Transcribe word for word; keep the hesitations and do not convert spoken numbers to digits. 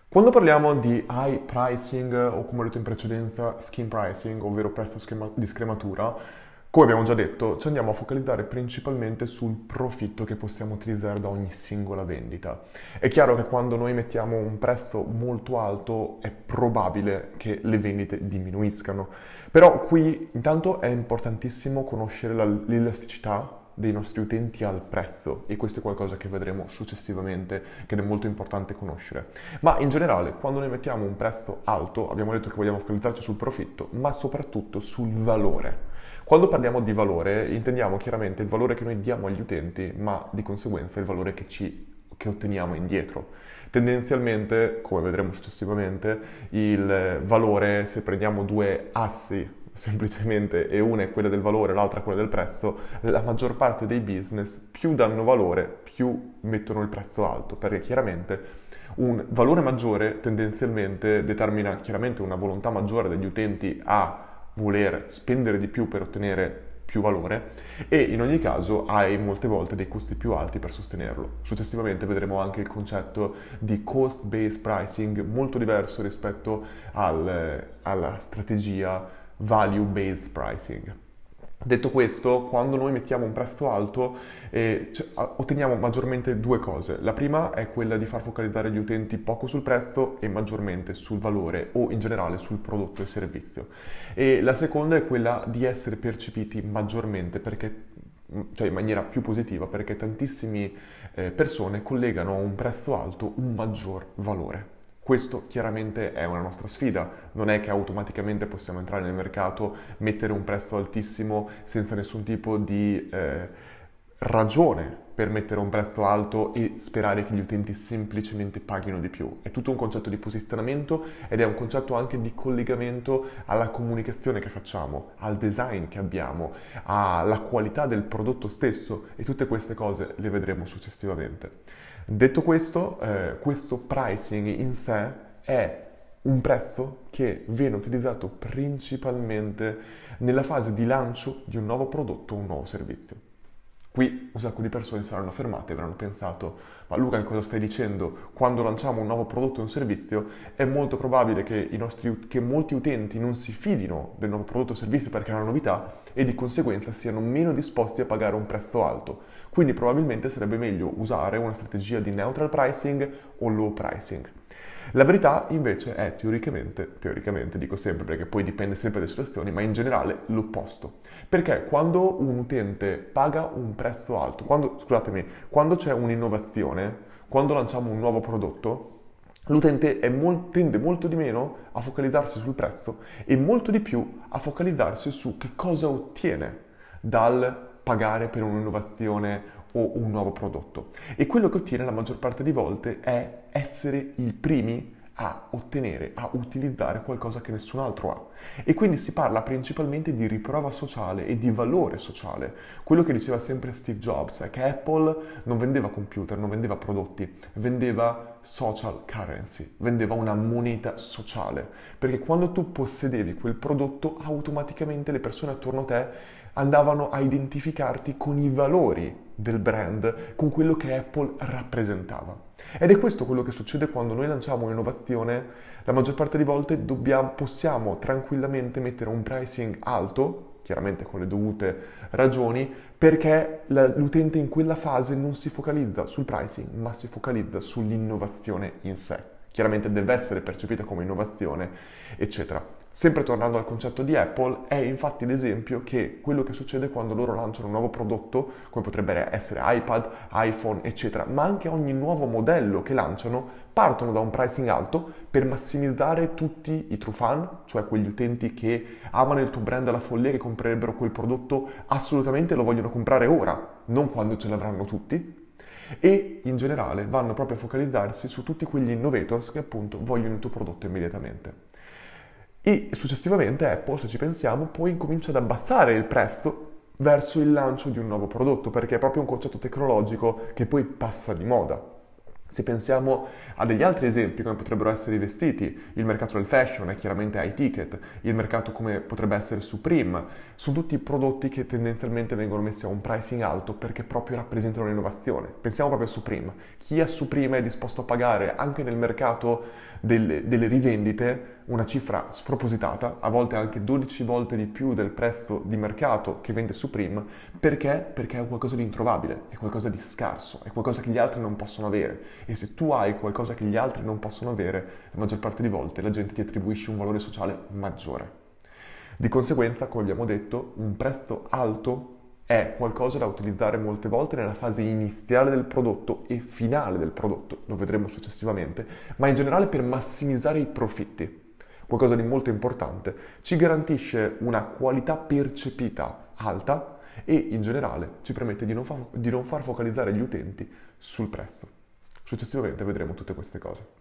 Quando parliamo di high pricing o come ho detto in precedenza skin pricing, ovvero prezzo schema- di scrematura, come abbiamo già detto, ci andiamo a focalizzare principalmente sul profitto che possiamo utilizzare da ogni singola vendita. È chiaro che quando noi mettiamo un prezzo molto alto è probabile che le vendite diminuiscano, però qui intanto è importantissimo conoscere la- l'elasticità dei nostri utenti al prezzo e questo è qualcosa che vedremo successivamente che è molto importante conoscere. Ma in generale, quando noi mettiamo un prezzo alto, abbiamo detto che vogliamo focalizzarci sul profitto, ma soprattutto sul valore. Quando parliamo di valore, intendiamo chiaramente il valore che noi diamo agli utenti, ma di conseguenza il valore che ci che otteniamo indietro. Tendenzialmente, come vedremo successivamente, il valore, se prendiamo due assi semplicemente e una è quella del valore, l'altra è quella del prezzo, la maggior parte dei business più danno valore, più mettono il prezzo alto, perché chiaramente un valore maggiore tendenzialmente determina chiaramente una volontà maggiore degli utenti a voler spendere di più per ottenere più valore e in ogni caso hai molte volte dei costi più alti per sostenerlo. Successivamente vedremo anche il concetto di cost-based pricing molto diverso rispetto al, alla strategia value-based pricing. Detto questo, quando noi mettiamo un prezzo alto eh, c- otteniamo maggiormente due cose. La prima è quella di far focalizzare gli utenti poco sul prezzo e maggiormente sul valore o in generale sul prodotto e servizio. E la seconda è quella di essere percepiti maggiormente perché cioè in maniera più positiva perché tantissime eh, persone collegano a un prezzo alto un maggior valore. Questo chiaramente è una nostra sfida, non è che automaticamente possiamo entrare nel mercato, mettere un prezzo altissimo senza nessun tipo di eh, ragione per mettere un prezzo alto e sperare che gli utenti semplicemente paghino di più. È tutto un concetto di posizionamento ed è un concetto anche di collegamento alla comunicazione che facciamo, al design che abbiamo, alla qualità del prodotto stesso e tutte queste cose le vedremo successivamente. Detto questo, eh, questo pricing in sé è un prezzo che viene utilizzato principalmente nella fase di lancio di un nuovo prodotto o un nuovo servizio. Qui un sacco di persone saranno fermate e avranno pensato, ma Luca, cosa stai dicendo? Quando lanciamo un nuovo prodotto o un servizio è molto probabile che, i nostri, che molti utenti non si fidino del nuovo prodotto o servizio perché è una novità e di conseguenza siano meno disposti a pagare un prezzo alto. Quindi probabilmente sarebbe meglio usare una strategia di neutral pricing o low pricing. La verità invece è teoricamente, teoricamente dico sempre perché poi dipende sempre dalle situazioni, ma in generale l'opposto. Perché quando un utente paga un prezzo alto, quando, scusatemi, quando c'è un'innovazione, quando lanciamo un nuovo prodotto, l'utente è mol- tende molto di meno a focalizzarsi sul prezzo e molto di più a focalizzarsi su che cosa ottiene dal pagare per un'innovazione o un nuovo prodotto. E quello che ottiene la maggior parte di volte è essere i primi a ottenere, a utilizzare qualcosa che nessun altro ha. E quindi si parla principalmente di riprova sociale e di valore sociale. Quello che diceva sempre Steve Jobs è che Apple non vendeva computer, non vendeva prodotti, vendeva social currency, vendeva una moneta sociale. Perché quando tu possedevi quel prodotto, automaticamente le persone attorno a te andavano a identificarti con i valori del brand, con quello che Apple rappresentava. Ed è questo quello che succede quando noi lanciamo un'innovazione, la maggior parte delle volte dobbiamo, possiamo tranquillamente mettere un pricing alto, chiaramente con le dovute ragioni, perché la, l'utente in quella fase non si focalizza sul pricing, ma si focalizza sull'innovazione in sé. Chiaramente deve essere percepita come innovazione, eccetera. Sempre tornando al concetto di Apple, è infatti l'esempio che quello che succede quando loro lanciano un nuovo prodotto, come potrebbe essere iPad, iPhone, eccetera, ma anche ogni nuovo modello che lanciano, partono da un pricing alto per massimizzare tutti i true fan, cioè quegli utenti che amano il tuo brand alla follia, che comprerebbero quel prodotto assolutamente lo vogliono comprare ora, non quando ce l'avranno tutti, e in generale vanno proprio a focalizzarsi su tutti quegli innovators che appunto vogliono il tuo prodotto immediatamente. E successivamente Apple, se ci pensiamo, poi incomincia ad abbassare il prezzo verso il lancio di un nuovo prodotto, perché è proprio un concetto tecnologico che poi passa di moda. Se pensiamo a degli altri esempi come potrebbero essere i vestiti, il mercato del fashion è chiaramente high ticket, il mercato come potrebbe essere Supreme, sono tutti prodotti che tendenzialmente vengono messi a un pricing alto perché proprio rappresentano un'innovazione. Pensiamo proprio a Supreme. Chi a Supreme è disposto a pagare anche nel mercato delle, delle rivendite una cifra spropositata, a volte anche dodici volte di più del prezzo di mercato che vende Supreme, perché? Perché è qualcosa di introvabile, è qualcosa di scarso, è qualcosa che gli altri non possono avere. E se tu hai qualcosa che gli altri non possono avere, la maggior parte di volte la gente ti attribuisce un valore sociale maggiore. Di conseguenza, come abbiamo detto, un prezzo alto è qualcosa da utilizzare molte volte nella fase iniziale del prodotto e finale del prodotto, lo vedremo successivamente, ma in generale per massimizzare i profitti. Qualcosa di molto importante, ci garantisce una qualità percepita alta e in generale ci permette di non, fa- di non far focalizzare gli utenti sul prezzo. Successivamente vedremo tutte queste cose.